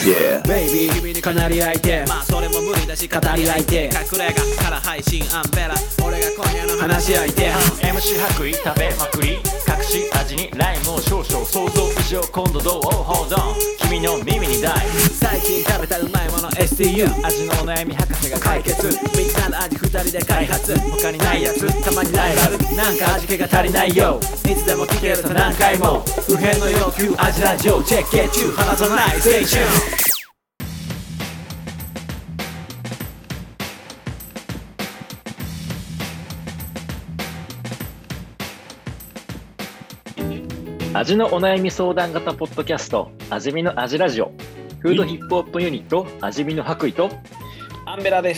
Yeah. ベイビー君にかなり相手、 まあそれも無理だし語り合いて、隠れ家から配信アンベラ、俺が今夜の話し相手。 MC 白衣食べまくり、隠し味にライムを少々、想像以上今度どう Hold on 君の耳に大最近食べたうまいもの STU、 味のお悩み博士が解決、 みんなの味二人で開発、 他にないやつたまにライバル、なんか味気が足りないよ、いつでも聞けると何回も、不変の要求味ラジオチェックゲッチュー、離さないステーション。 味のお悩み相談型ポッドキャスト、味見の味ラジオ。フードヒップホップユニット、味見の白衣とアンベラです。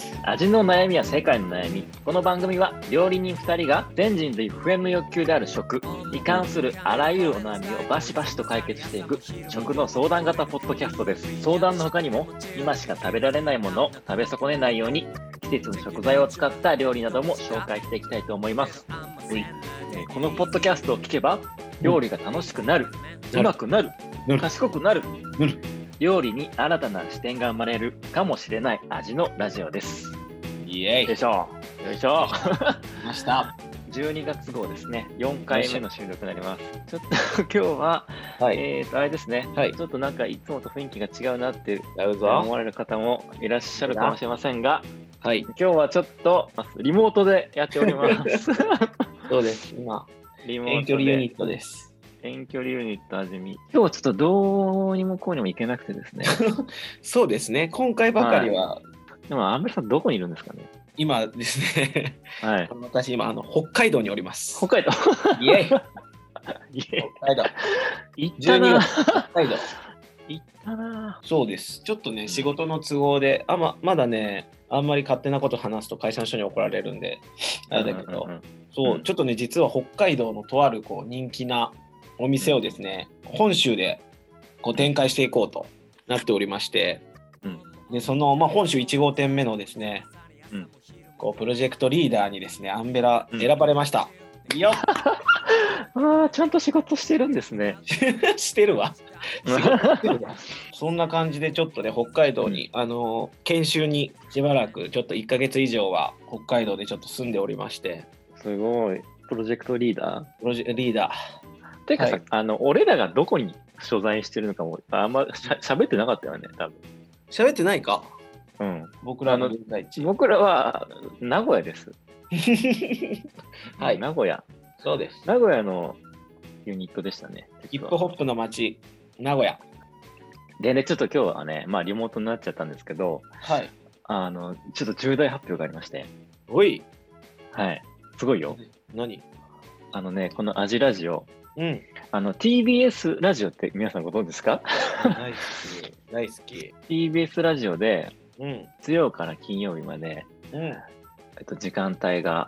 味の悩みや世界の悩み。この番組は料理人2人が全人類不変の欲求である食に関するあらゆるお悩みをバシバシと解決していく食の相談型ポッドキャストです。相談の他にも今しか食べられないものを食べ損ねないように季節の食材を使った料理なども紹介していきたいと思います。このポッドキャストを聞けば料理が楽しくなる、うまくなる、賢くなる、料理に新たな視点が生まれるかもしれない味のラジオです。 イエイ。 よいしょよいしょました。 12月号ですね、4回目の収録になります。ちょっと今日は、 はい。 あれですね、 はいちょっとなんかいつもと雰囲気が違うなってやるぞ。 思われる方もいらっしゃるかもしれませんが、 はい。 今日はちょっとリモートでやっております。 そうです。今、 リモートで遠距離ユニットです。 遠距離ユニット味見。今日はちょっとどうにもこうにもいけなくてですね。 そうですね。今回ばかりは、 でも、アンベラさんどこにいるんですかね。 今ですね、 はい。 私今、北海道におります。 北海道。 イエイ。 いえ、 北海道。 行ったな。 北海道。 行ったな。 そうです。ちょっとね、仕事の都合で、まだね、あんまり勝手なこと話すと会社の人に怒られるんで、あれだけど、そう、ちょっとね、実は北海道のとある人気なお店をですね、本州で展開していこうとなっておりまして、でその、本州1号店目のですね、プロジェクトリーダーにですね、アンベラ選ばれました。よっああ、ちゃんと仕事してるんですね。 してるわ。そんな感じでちょっとね、北海道に、研修にしばらくちょっと1ヶ月以上は北海道でちょっと住んでおりまして。 すごい。プロジェクトリーダーリーダー。てかさ、俺らがどこに所在してるのかもあんま喋ってなかったよね、多分。 喋ってないか。 うん。 僕らの現在地。 僕らは名古屋です。 はい。 名古屋。 そうです。 名古屋のユニットでしたね。 ヒップホップの街、名古屋。 でね、ちょっと今日はね、リモートになっちゃったんですけど、 はい。 ちょっと重大発表がありまして。 おい。 はい。すごいよ。 何？ この味ラジオ。TBS ラジオって皆さんご存知ですか？ 大好き。大好き。 TBS ラジオで、月曜から金曜日まで、時間帯が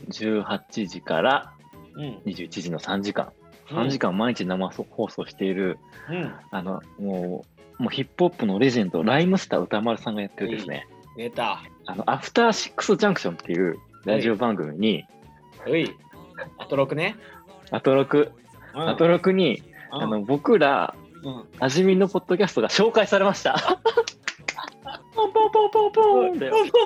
18時から21時の3時間。3時間毎日生放送している、もうヒップホップのレジェンド、ライムスター歌丸さんがやってるですね、 出た。 アフターシックスジャンクションっていうラジオ番組に、 アトロクね。 アトロクに、僕ら、味見のポッドキャストが紹介されました。ポンポンポンポンポンだよ。 す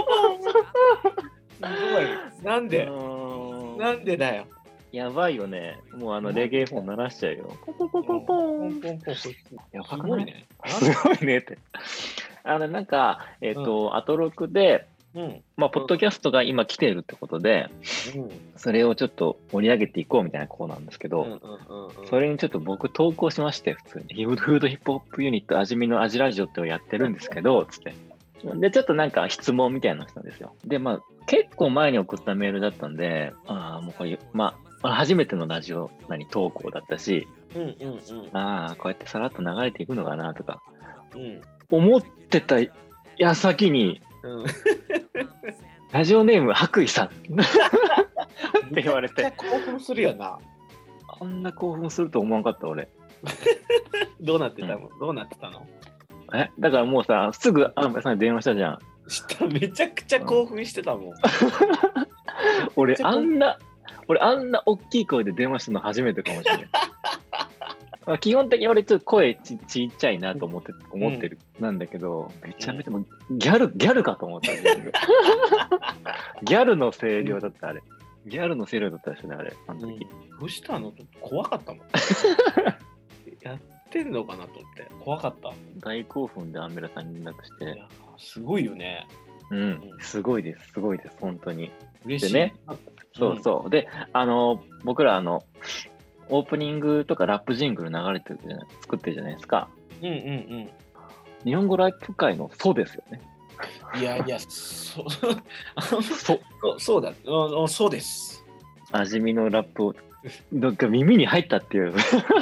ごい。なんでだよ。 やばいよね。もうレゲエフォン鳴らしちゃうよ。ポンポンポンポンポン。やばくないね。すごいねって。なんか、アトロクで、ポッドキャストが今来ているってことで、それをちょっと盛り上げていこうみたいなコーナーなんですけど、それにちょっと僕投稿しまして、普通に。フードヒップホップユニット味見の味ラジオってをやってるんですけど、つって。で、ちょっとなんか質問みたいなのしたんですよ。で、結構前に送ったメールだったんで、もうこれ、初めてのラジオ投稿だったし、こうやってさらっと流れていくのかなとか、思ってた矢先に、ラジオネーム白衣さんって言われて。 めっちゃ興奮するよな。 あんな興奮すると思わなかった俺。 どうなってたの？ だからもうさ、すぐアンベさんに電話したじゃん。 めちゃくちゃ興奮してたもん。 俺あんな大きい声で電話したの初めてかもしれない。 基本的に俺ちょっと声ちっちゃいなと思ってるなんだけど、めちゃめちゃもうギャルかと思った。ギャルの声量だったあれ。ギャルの声量だったでしょね、あれ。あの時。 どうしたのと怖かったもん。やってんのかなと思って。怖かった。 大興奮でアンベラさんに連絡して。 すごいよね。 うん、すごいです、本当に。 嬉しい。 でね、そうそう。で、僕らオープニングとかラップジングル流れてるじゃない、作ってるじゃないですか。日本語ラップ界のそうですよね。 いや、そうだ、そうです。 味見のラップを、なんか耳に入ったっていう。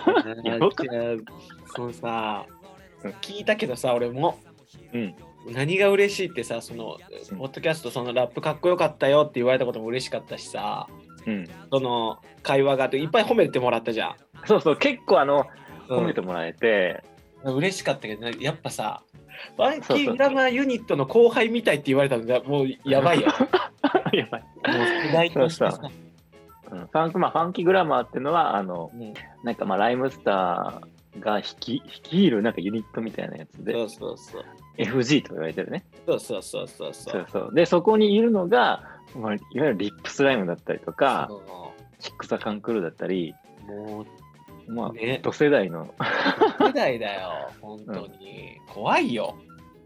そうさ、聞いたけどさ、俺も。何が嬉しいってさ、そのポッドキャストそのラップかっこよかったよって言われたことも嬉しかったしさ、その会話がいっぱい褒めてもらったじゃん。 そうそう、結構褒めてもらえて、 嬉しかったけど、やっぱさ、ファンキーグラマーユニットの後輩みたいって言われたのがもうやばいよ。 やばい。 もう世代としてさ。 ファンキーグラマーっていうのはなんかライムスターが率いるなんかユニットみたいなやつで、 そう FG と言われてるね。 そうでそこにいるのが、いわゆるリップスライムだったりとか、チックサカンクルーだったり、 もうまあ同世代の世代だよ本当に、怖いよ。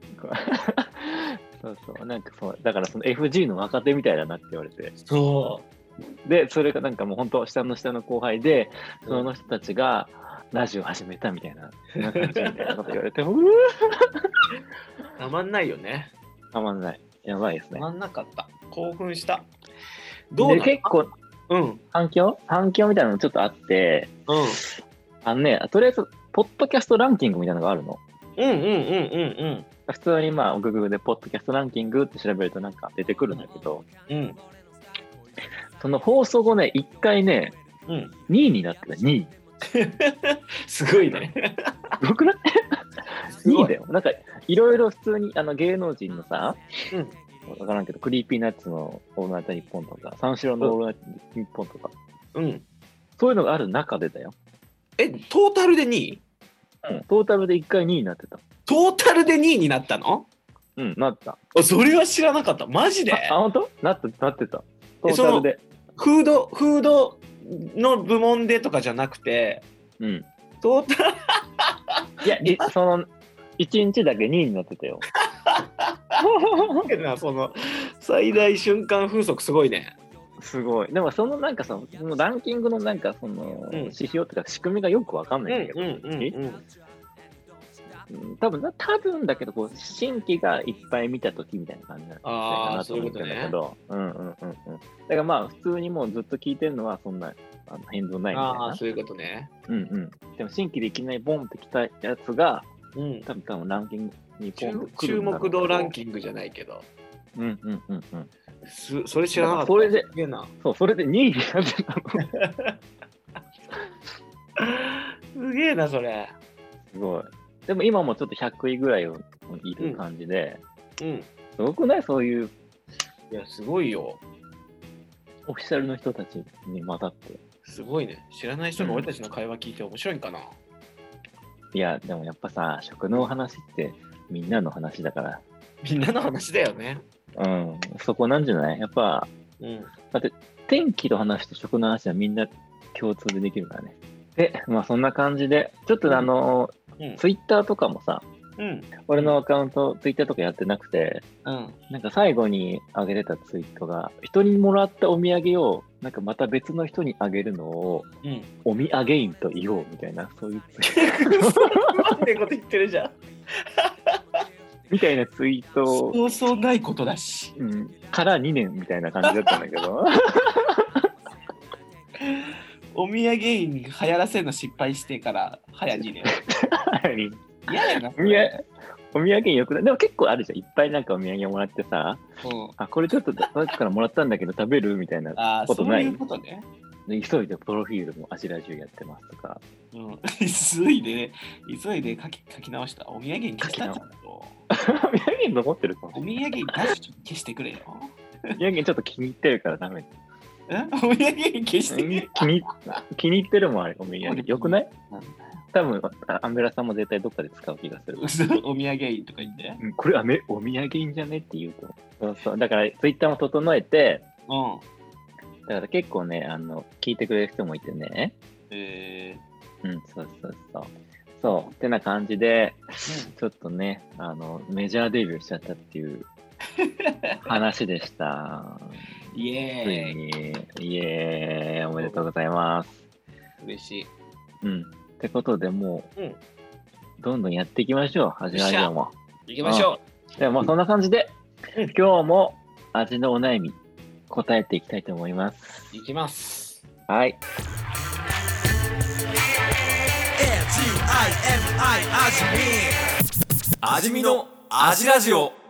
そうなんかそうだからその FG の若手みたいだなって言われて、でそれがなんかもう本当下の後輩で、その人たちがラジオ始めたみたいな感じみたいなこと言われてたまんないよね。 たまんない。やばいですね。 たまんなかった。興奮した。 どうなの？結構反響みたいなのちょっとあって、とりあえずポッドキャストランキングみたいなのがあるの。普通にGoogle でポッドキャストランキングって調べるとなんか出てくるんだけど、その放送後ね、1回ね、2位になってた。2位。 すごいね。 すごくない？ 2 位だよ。なんかいろいろ普通に芸能人のさ、わからんけど、クリーピーナッツのオールナイトニッポンとか、三四郎のオールナイトニッポンとか、そういうのがある中でだよ。 トータルで2位？ トータルで1回2位になってた。 トータルで2位になったの？ なった。 それは知らなかった。マジで？ 本当？なってた。トータルで。 フードの部門でとかじゃなくて、トータルいや、その1日だけ2位になってたよ。 その最大瞬間風速すごいね。 すごい。でもそのなんかそのランキングのなんかその指標とか仕組みがよくわかんないんだけど、多分だけど新規がいっぱい見た時みたいな感じなんだなと思ってるんだけど、だから普通にもうずっと聞いてるのはそんな変動ないみたいな。 そういうことね。 でも新規でいきなりボンってきたやつが、多分ランキングにポンって注目度ランキングじゃないけど。それ知らなかった。 それで2位になってたの。 すげえな、それ。 すごい。でも今もちょっと100位ぐらいをいる感じで、すごくない？そういう。 いや、すごいよ。 オフィシャルの人たちに混ざって。 すごいね。知らない人が俺たちの会話聞いて面白いんかな。 いや、でもやっぱさ、食の話ってみんなの話だから。 みんなの話だよね。 そこなんじゃない？やっぱ、だって天気の話と食の話はみんな共通でできるからね。で、そんな感じで、ちょっとツイッターとかもさ、俺のアカウント、ツイッターとかやってなくて、なんか最後に上げてたツイートが、人にもらったお土産を、なんかまた別の人にあげるのを、おみあげいんと言おうみたいな、そういうツイート。 ってこと言ってるじゃん。 みたいなツイートそうないことだし。 から2年みたいな感じだったんだけど。 お土産に流行らせるの失敗してから早2年。嫌やな。 お土産よくない？でも結構あるじゃん。いっぱいなんかお土産もらってさ、これちょっと誰かからもらったんだけど食べるみたいなことない？ そういうことね。 急いでプロフィールもアジラジュやってますとか。 急いで書き直した。お土産に消したんだと。 お土産に残ってるかも。 お土産に消してくれよ。 お土産ちょっと気に入ってるからダメ。 お土産に消してくれ。 気に入ってるもんあれ、お土産。よくない？ 多分アンベラさんも絶対どっかで使う気がする。 お土産印とか言って。 これお土産印じゃねって言うと。そうそう。だからツイッターも整えて、だから結構ね、聞いてくれる人もいてね。そうそうそう。そう、ってな感じで、ちょっとね、メジャーデビューしちゃったっていう話でした。 イエーイ。イエーイ。おめでとうございます。 嬉しい。 ってことでもう、どんどんやっていきましょう。味のラジオも。 いきましょう。でもそんな感じで、今日も味のお悩み答えていきたいと思います。 いきます。 はい。 味見の味ラジオ。